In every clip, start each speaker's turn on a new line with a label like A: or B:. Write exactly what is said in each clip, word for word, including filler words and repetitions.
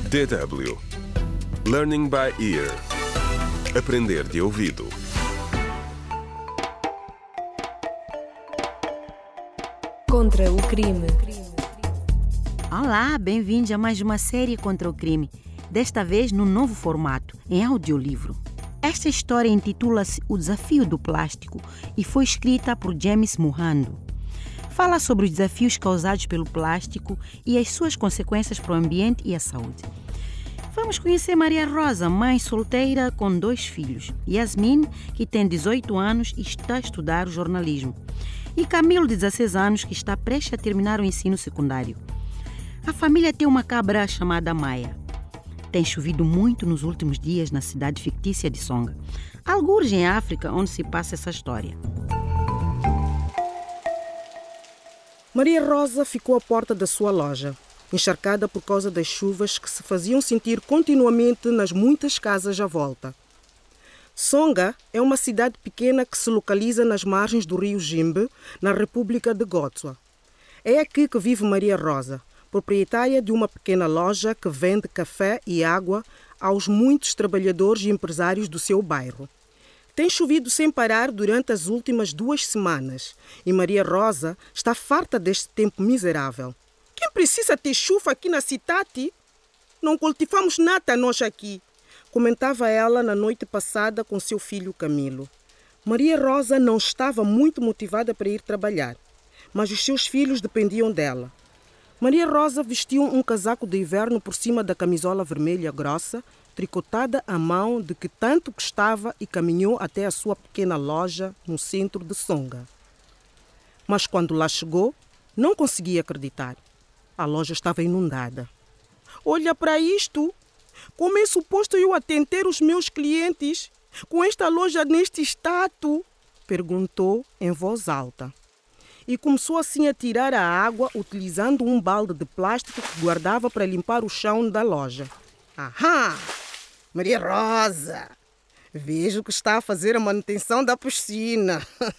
A: D W Learning by Ear. Aprender de ouvido.
B: Contra o crime.
C: Olá, bem-vindos a mais uma série Contra o crime. Desta vez num novo formato, em audiolivro. Esta história intitula-se O Desafio do Plástico e foi escrita por James Murrando. Fala sobre os desafios causados pelo plástico e as suas consequências para o ambiente e a saúde. Vamos conhecer Maria Rosa, mãe solteira com dois filhos. Yasmin, que tem dezoito anos e está a estudar jornalismo. E Camilo, de dezesseis anos, que está prestes a terminar o ensino secundário. A família tem uma cabra chamada Maia. Tem chovido muito nos últimos dias na cidade fictícia de Songa, algures em África, onde se passa essa história.
D: Maria Rosa ficou à porta da sua loja, encharcada por causa das chuvas que se faziam sentir continuamente nas muitas casas à volta. Songa é uma cidade pequena que se localiza nas margens do rio Jimbe, na República de Gotswa. É aqui que vive Maria Rosa, proprietária de uma pequena loja que vende café e água aos muitos trabalhadores e empresários do seu bairro. Tem chovido sem parar durante as últimas duas semanas e Maria Rosa está farta deste tempo miserável. Quem precisa ter chuva aqui na cidade? Não cultivamos nada nós aqui, comentava ela na noite passada com seu filho Camilo. Maria Rosa não estava muito motivada para ir trabalhar, mas os seus filhos dependiam dela. Maria Rosa vestiu um casaco de inverno por cima da camisola vermelha grossa, tricotada à mão de que tanto gostava e caminhou até a sua pequena loja no centro de Songa. Mas quando lá chegou, não conseguia acreditar. A loja estava inundada. Olha para isto! Como é suposto eu atender os meus clientes com esta loja neste estado? Perguntou em voz alta. E começou assim a tirar a água utilizando um balde de plástico que guardava para limpar o chão da loja. Ahá! Maria Rosa! Vejo que está a fazer a manutenção da piscina.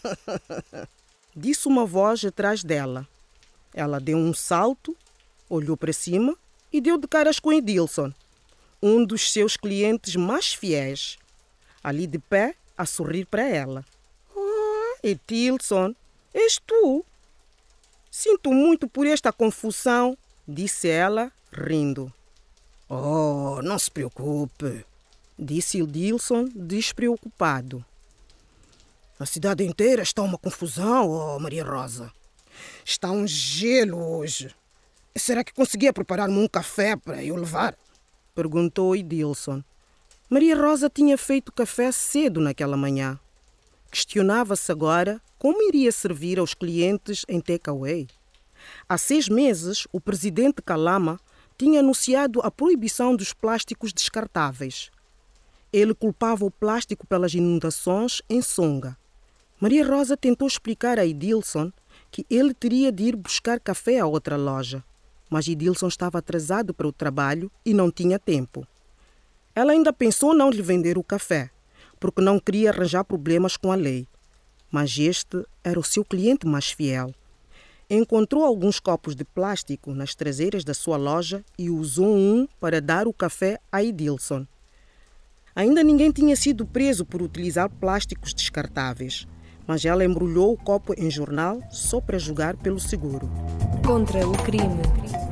D: Disse uma voz atrás dela. Ela deu um salto, olhou para cima e deu de caras com Edilson, um dos seus clientes mais fiéis, ali de pé a sorrir para ela. Ah, Edilson! És tu? Sinto muito por esta confusão, disse ela, rindo. Oh, não se preocupe, disse Edilson, despreocupado. A cidade inteira está uma confusão, oh Maria Rosa. Está um gelo hoje. Será que conseguia preparar-me um café para eu levar? Perguntou Edilson. Maria Rosa tinha feito café cedo naquela manhã. Questionava-se agora como iria servir aos clientes em takeaway. Há seis meses, o presidente Kalama tinha anunciado a proibição dos plásticos descartáveis. Ele culpava o plástico pelas inundações em Songa. Maria Rosa tentou explicar a Edilson que ele teria de ir buscar café a outra loja, mas Edilson estava atrasado para o trabalho e não tinha tempo. Ela ainda pensou não lhe vender o café, porque não queria arranjar problemas com a lei. Mas este era o seu cliente mais fiel. Encontrou alguns copos de plástico nas traseiras da sua loja e usou um para dar o café a Edilson. Ainda ninguém tinha sido preso por utilizar plásticos descartáveis, mas ela embrulhou o copo em jornal só para jogar pelo seguro.
B: Contra o crime.